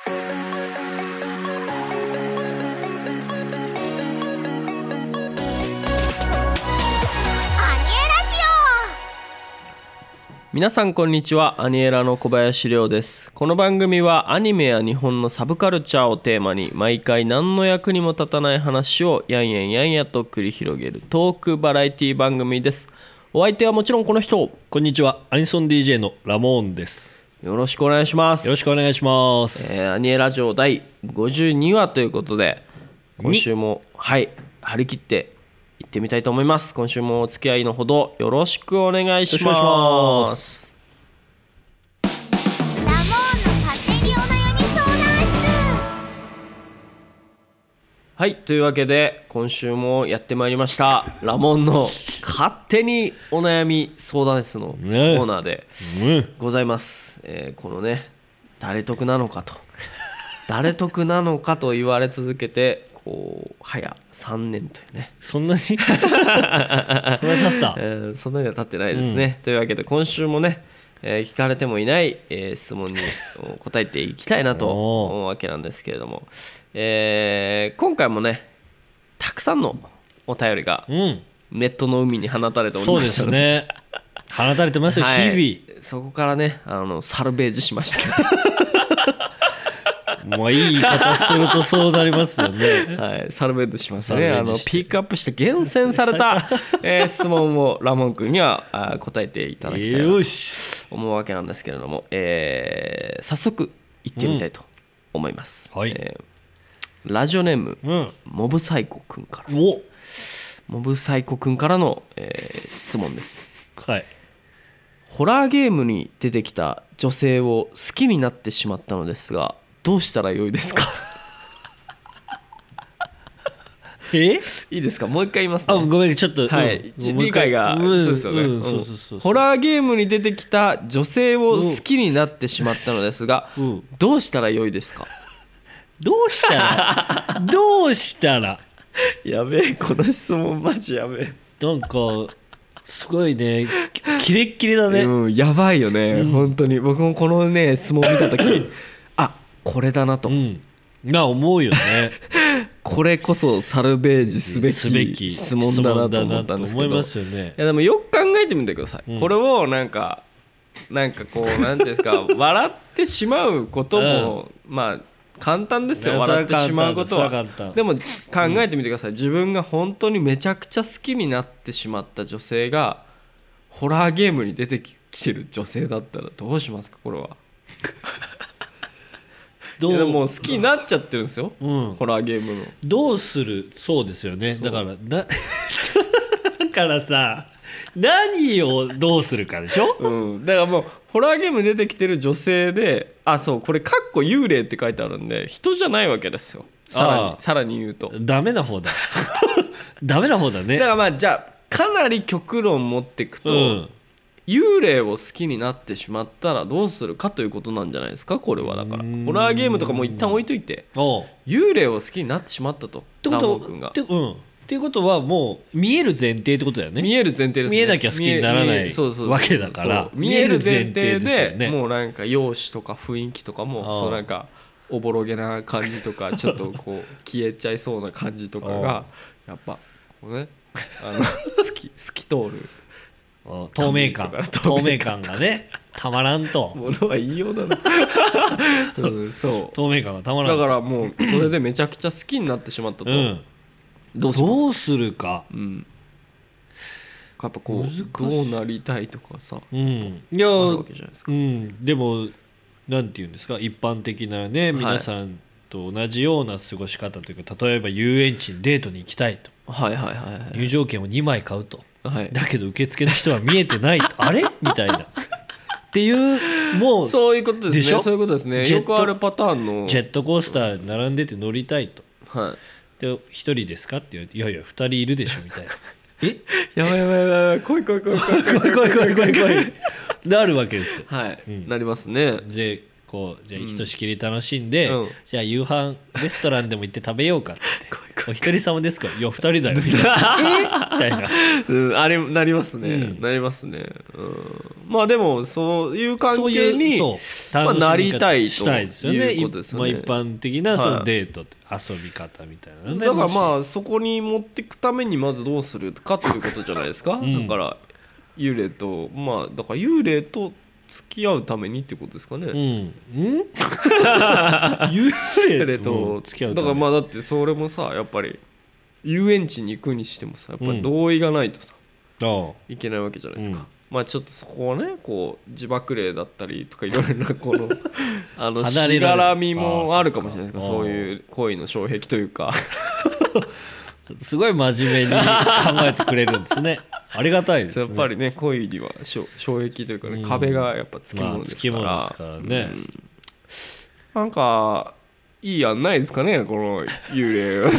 皆さんこんにちは。アニエラの小林亮です。この番組はアニメや日本のサブカルチャーをテーマに毎回何の役にも立たない話をやんやんやんやと繰り広げるトークバラエティ番組です。お相手はもちろんこの人。 こんにちは。アニソン DJ のラモーンです。 よろしくお願いします。 よろしくお願いします。 アニエラジオ第52話ということで、今週も張り切って行ってみたいと思います。今週もお付き合いのほどよろしくお願いします。 ラモーンの勝手にお悩み相談室。 はい、というわけで今週もやってまいりましたラモンの勝手にお悩み相談室のコーナーでございます。このね、誰得なのかと誰得なのかと言われ続けて早3年というね。 そんなにそんなに経った、 そんなには経ってないですね、というわけで今週もね、聞かれてもいない、質問に答えていきたいなと思うわけなんですけれども、今回もねたくさんのお便りがネットの海に放たれておりましたので、 そうですね、放たれてますよ、日々。 そこからねサルベージしましたもういい言い方するとそうなりますよねはい、サルベージしますね。ピックアップして厳選された、質問をラモン君には答えていただきたいなと思うわけなんですけれども、早速行ってみたいと思います、 はい。 ラジオネーム、モブサイコ君からの、質問です。 はい。 ホラーゲームに出てきた女性を好きになってしまったのですが、どうしたらよいですかいいですか、もう一回言いますね。 ごめん、ちょっと、 理解がそうですよね。ホラーゲームに出てきた女性を好きになってしまったのですが、どうしたらよいですか。 どうしたらやべえ、この質問マジやべえ。 なんかすごいね、キレッキレだね、 やばいよね、本当に。僕もこのね質問見た時これだなと、 思うよねこれこそサルベージすべき質問だなと思ったんですけど、 思いますよね。 いやでもよく考えてみてください、これをなんかこうなんていうんですか笑ってしまうことも、まあ簡単ですよ、笑ってしまうことは。でも考えてみてください、自分が本当にめちゃくちゃ好きになってしまった女性がホラーゲームに出てきてる女性だったらどうしますか。これはでも好きになっちゃってるんですよ、ホラーゲームの。どうする。 そうですよね。だからさ、何をどうするかでしょ、 だからもうホラーゲームに出てきてる女性で、そうこれカッコ幽霊って書いてあるんで人じゃないわけですよ。さらに言うとダメな方だダメな方だね。 だからじゃあかなり極論持っていくと、幽霊を好きになってしまったらどうするかということなんじゃないですか。これはだからホラーゲームとかも一旦置いといて、幽霊を好きになってしまったと。っていうことはもう見える前提ってことだよね。 見える前提ですね。 見えなきゃ好きにならないわけだから、 見える前提でもうなんか容姿とか雰囲気とかもそうなんかおぼろげな感じとかちょっとこう消えちゃいそうな感じとかがやっぱこうね透き通る透明感がねたまらんと。 ものは言いようだなそう透明感がたまらん。 だからもうそれでめちゃくちゃ好きになってしまったと、 どうするか、 やっぱこうどうなりたいとかさ、 いやあるわけじゃないですか。でもなんていうんですか、一般的なね、皆さんと同じような過ごし方というか、例えば遊園地にデートに行きたいと、入場券を2枚買うと、だけど受付の人は見えてないとあれみたいなっていう、もうそういうことですね。そういうことですね。よくあるパターンのジェットコースター並んでて乗りたいと、で1人ですかって言われて、いやいや2人いるでしょみたいなやばい来いなるわけですよ。 なりますね。 でこうじゃあひとしきり楽しんで、じゃあ夕飯レストランでも行って食べようかってお一人様ですか、いや二人だよみたいなみたいな、 あれなりますね、なりますね、まあでもそういう関係にまあ、なりたいとしたいですよね。 いうことですよね。 一般的なそのデート、遊び方みたいな、 だからまあそこに持っていくためにまずどうするかということじゃないですか、だから幽霊とまあだから幽霊と付き合うためにってことですかね。幽霊と付き合うためにだからまあだってそれもさやっぱり遊園地に行くにしてもさやっぱり同意がないとさ、いけないわけじゃないですか。まあちょっとそこはねこう自爆霊だったりとかいろいろなこのしがらみもあるかもしれないですか、そういう恋の障壁というかすごい真面目に考えてくれるんですね。ありがたいですね。 やっぱりね恋には障壁というかね、壁がやっぱつきものですから、 まあ、つきものですからね、なんかいい案ないですかねこの幽霊は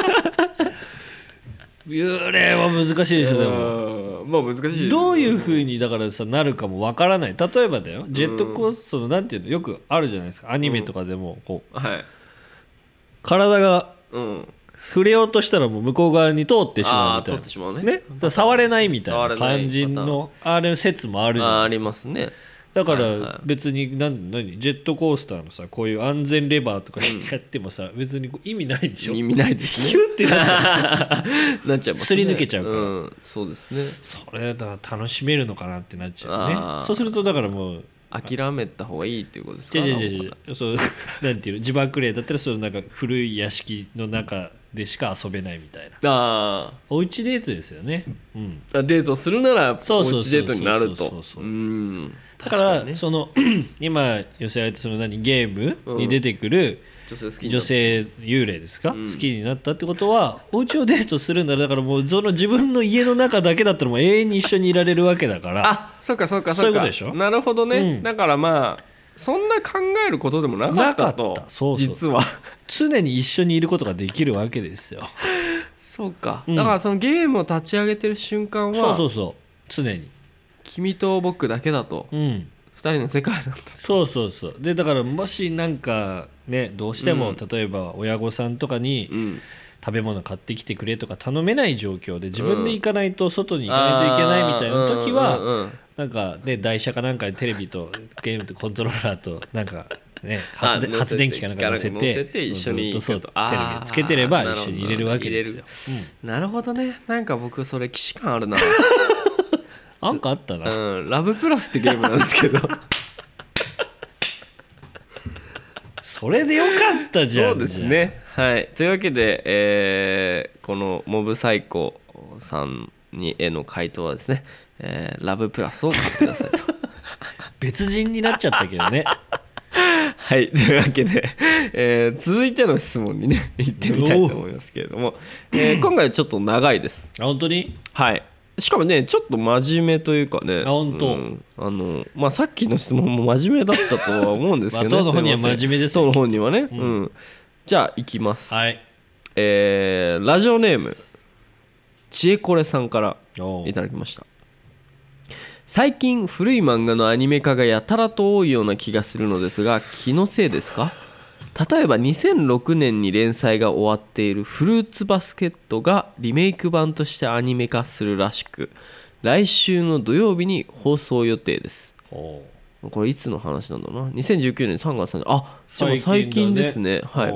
幽霊は難しいですよ。でもまあ難しい、ね、 どういう風にだからさなるかもわからない。例えばだよジェットコースターのなんていうのよくあるじゃないですか、アニメとかでもこう、体が触れようとしたらもう向こう側に通ってしまうみたいな、ね、触れないみたいな感じのあれ説もあるじゃないですか。 ありますね。 だから別に何ジェットコースターのさこういう安全レバーとかやってもさ別に意味ないでしょ。 意味ないですね。 ヒュッてなっちゃうなっちゃいますね。 すり抜けちゃうから、 そうですね。 それだから楽しめるのかなってなっちゃうね。そうするとだからもう諦めた方がいいっていうことですか。 そうなんていうの自爆霊だったらそのなんか古い屋敷の中でしか遊べないみたいな。おうちデートですよね。 デートするならおうちデートになると。 だからその今寄せられたそのゲームに出てくる女性幽霊ですか、好きになったってことはお家をデートするんだ。だからもうその自分の家の中だけだったらもう永遠に一緒にいられるわけだから。 そうかそうかそういうことでしょ。 なるほどね、だからまあそんな考えることでもなかったと。実は常に一緒にいることができるわけですよ。 そうか、だからそのゲームを立ち上げてる瞬間はそう常に君と僕だけだと、2人の世界なんだと。 そうでだからもしなんかねどうしても、例えば親御さんとかに、食べ物買ってきてくれとか頼めない状況で自分で行かないと外に行かないといけないみたいな時は、なんかね台車かなんかでテレビとゲームとコントローラーとなんかね発電機かなんか乗せて一緒にずっとテレビつけてれば一緒に入れるわけですよ。 なるほどね。なんか僕それ既視感あるな。 なんかあったな、 ラブプラスってゲームなんですけどそれでよかったじゃん。 そうですね。はいというわけで、このモブサイコさんへの回答はですね、ラブプラスを買ってくださいと別人になっちゃったけどねはいというわけで、続いての質問にね行ってみたいと思いますけれども、今回ちょっと長いです。 本当に？ はいしかもねちょっと真面目というかね。 本当、 まあさっきの質問も真面目だったとは思うんですけどね。 当の本人は真面目ですよ。当の本人はね、じゃあいきます。 はい。 ラジオネームちえこれさんからいただきました。最近古い漫画のアニメ化がやたらと多いような気がするのですが気のせいですか？例えば2006年に連載が終わっているフルーツバスケットがリメイク版としてアニメ化するらしく来週の土曜日に放送予定です。これいつの話なんだろうな。2019年3月3日じゃあ最近ですね。はい、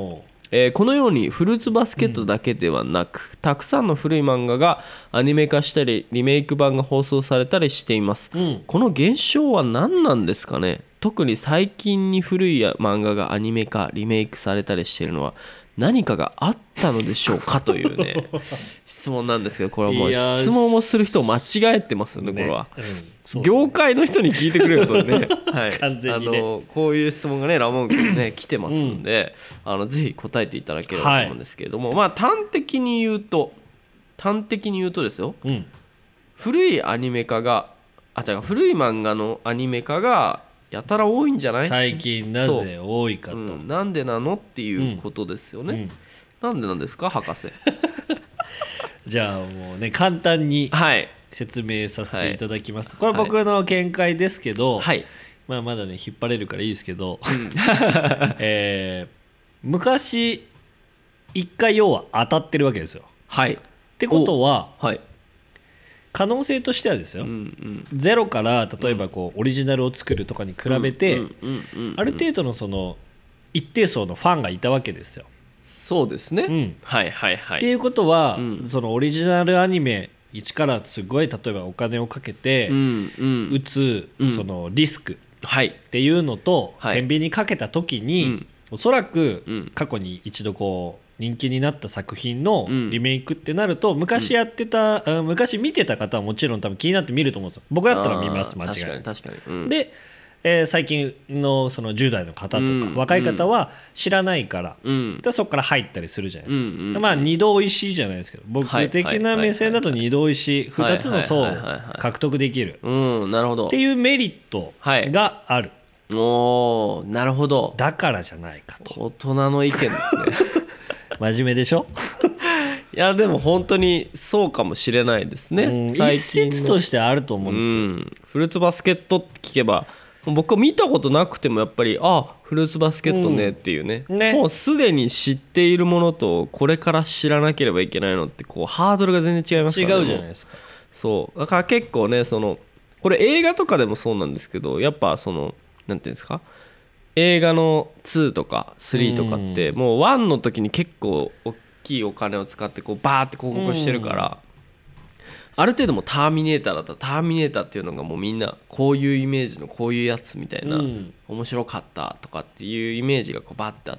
このようにフルーツバスケットだけではなく、たくさんの古い漫画がアニメ化したりリメイク版が放送されたりしています、この現象は何なんですかね。特に最近に古い漫画がアニメ化リメイクされたりしているのは何かがあったのでしょうかというね質問なんですけど、これはもう質問をする人を間違えてますよね。これは、業界の人に聞いてくれるとね、はい、 完全にねこういう質問がねラモン君ね来てますんで、ぜひ答えていただければと思うんですけれども、まあ端的に言うとですよ、古いアニメ化が古い漫画のアニメ化がやたら多いんじゃない？ 最近なぜ多いかと、 なんでなのっていうことですよね、なんでなんですか博士じゃあもうね簡単に説明させていただきます、これは僕の見解ですけど、まだね引っ張れるからいいですけど、昔 1回要は当たってるわけですよ。 はいってことは、 はい、 可能性としてはですよ、ゼロから例えばこうオリジナルを作るとかに比べてある程度のその一定層のファンがいたわけですよ。 そうですね、はいはいはい。 っていうことは、そのオリジナルアニメ一からすごい例えばお金をかけて打つそのリスクっていうのと天秤にかけた時に、おそらく過去に一度こう人気になった作品のリメイクってなると、昔やってた、昔見てた方はもちろん多分気になって見ると思うんですよ。僕だったら見ます、間違いない。 確かに、 で、最近のその10代の方とか、若い方は知らないから、でそこから入ったりするじゃないですか。まあ二度おいしいじゃないですけど、僕的な目線だと二度おいしい2つの層を獲得できるっていうメリットがある。 おー、なるほど。 だからじゃないかと。 大人の意見ですね。 真面目でしょ。 いやでも本当にそうかもしれないですね。 一説としてあると思うんですよ。 フルーツバスケットって聞けば、僕は見たことなくてもやっぱりフルーツバスケットねっていうね、もうすでに知っているものとこれから知らなければいけないのってこうハードルが全然違いますからね。 違うじゃないですか。 そうだから結構ね、そのこれ映画とかでもそうなんですけど、やっぱそのなんていうんですか、映画の2とか3とかってもう1の時に結構大きいお金を使ってこうバーって広告してるから、ある程度もターミネーターだったらターミネーターっていうのがもうみんなこういうイメージのこういうやつみたいな、面白かったとかっていうイメージがこうバーってあって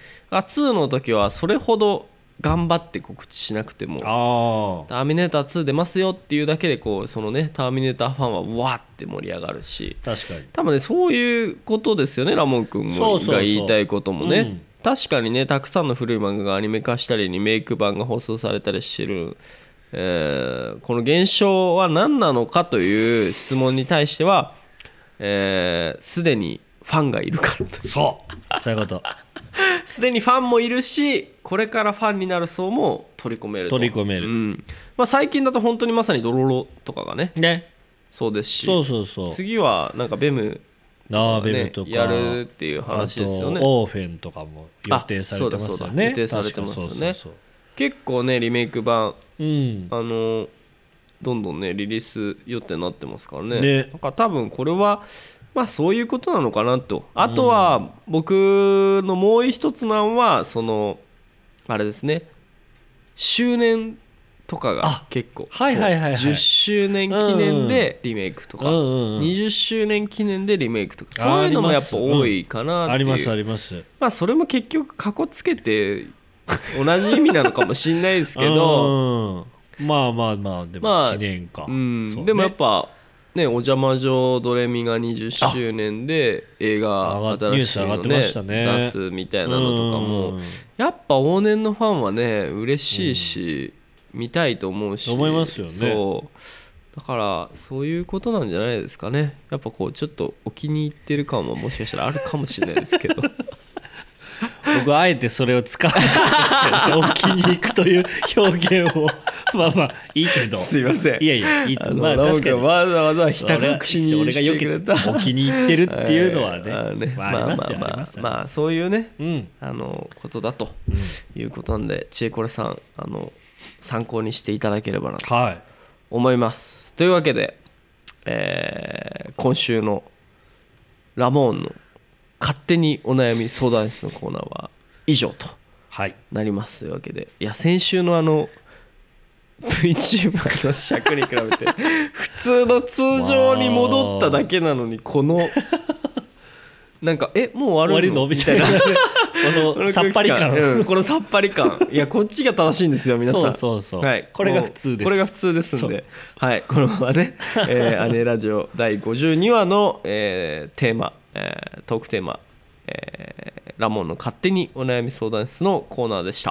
、2の時はそれほど頑張って告知しなくてもターミネーター2出ますよっていうだけでこうそのねターミネーターファンはわーって盛り上がるし、 確かに多分ねそういうことですよね。ラモン君もが言いたいこともね、確かにねたくさんの古い漫画がアニメ化したりリメイク版が放送されたりしてる、この現象は何なのかという質問に対してはすでにファンがいるからと。 そういうことすでにファンもいるし、これからファンになる層も取り込めると。まあ、最近だと本当にまさにドロロとかがねそうですし、次はなんかベムとか、ね、やるっていう話ですよね。 オーフェンとかも予定されてますよね。 予定されてますよね。結構ねリメイク版、どんどんねリリース予定になってますからね。なんか多分これはまあそういうことなのかなと。あとは僕のもう一つなんはそのあれですね、周年とかが結構10周年記念でリメイクとか20周年記念でリメイクとか、そういうのもやっぱ多いかなっていう。 ありますあります。 まあそれも結局かこつけて同じ意味なのかもしれないですけどまあまあまあでも記念か、 でもやっぱね、お邪魔女ドレミが20周年で映画新しいのね出すみたいなのとかもやっぱ往年のファンはね嬉しいし、見たいと思うし、 思いますよね。 そうだからそういうことなんじゃないですかね。やっぱこうちょっとお気に入ってる感はもしかしたらあるかもしれないですけど僕はあえてそれを使わないですけどお気に行くという表現をまあまあいいけど、 すいません、 いやいやいいと、まあ確かにわざわざひた隠しにしてくれたお気に入ってるっていうのはね、ありますよ。 まあそういうね、ことだということなんで、ちえこれさん参考にしていただければなと思います、というわけで、今週のラモーンの勝手にお悩み相談室のコーナーは以上となりますというわけで、いや先週のVTuber の尺に比べて普通の通常に戻っただけなのにこのなんかもう終わるのみたいなこのさっぱり感、 このさっぱり感、いやこっちが正しいんですよ皆さん。 そう、はい、これが普通です。 これが普通ですんで、はい、このままねアニエラジオ第52話の、テーマ、トークテーマ、ラモンの勝手にお悩み相談室のコーナーでした。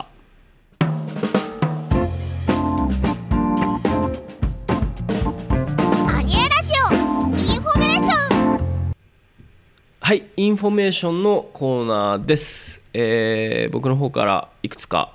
アニエラジオインフォメーション。 はい、インフォメーションのコーナーです。僕の方からいくつか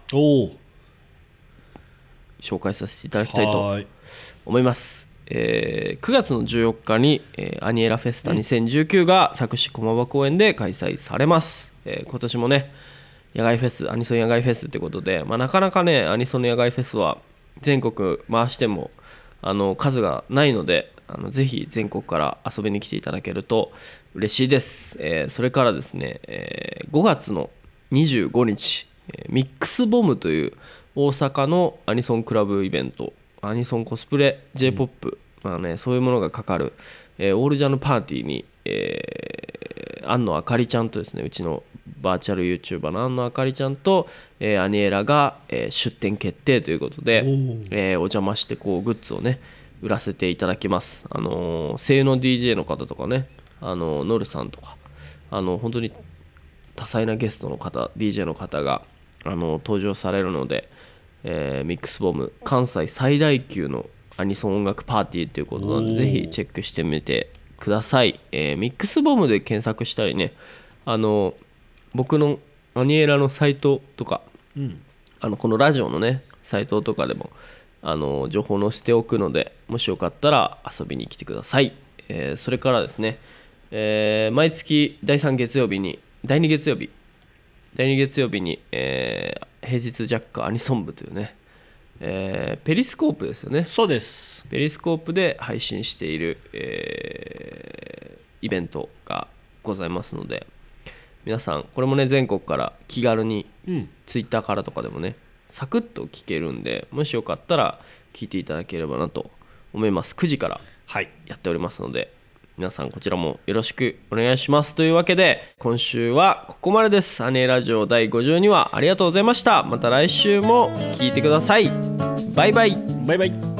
紹介させていただきたいと思います。9月の14日に、アニエラフェスタ2019が佐久市駒場公園で開催されます。今年もね野外フェス、アニソン野外フェスってことで、なかなかねアニソンの野外フェスは全国回しても数がないので、ぜひ全国から遊びに来ていただけると嬉しいです。それからですね、5月の25日、ミックスボムという大阪のアニソンクラブイベント、アニソンコスプレ J-POP、そういうものがかかる、オールジャンルパーティーに、庵野あかりちゃんとですね、うちのバーチャル YouTuber の庵野あかりちゃんと、アニエラが、出展決定ということで、お邪魔してこうグッズをね売らせていただきます。声優の DJ の方とかね、ノルさんとか本当に多彩なゲストの方 DJ の方が登場されるので、ミックスボム関西最大級のアニソン音楽パーティーということなので、ぜひチェックしてみてください。ミックスボムで検索したりね、僕のアニエラのサイトとか、このラジオのねサイトとかでも情報載せておくので、もしよかったら遊びに来てください。それからですね、毎月第2月曜日に、平日ジャックアニソン部というね、ペリスコープですよね。 そうです。 ペリスコープで配信している、イベントがございますので、皆さんこれもね全国から気軽に、ツイッターからとかでもねサクッと聞けるんで、もしよかったら聞いていただければなと思います。9時からやっておりますので、皆さんこちらもよろしくお願いします。というわけで今週はここまでです。アニエラジオ第52話ありがとうございました。また来週も聞いてください。バイバイ。 バイバイ。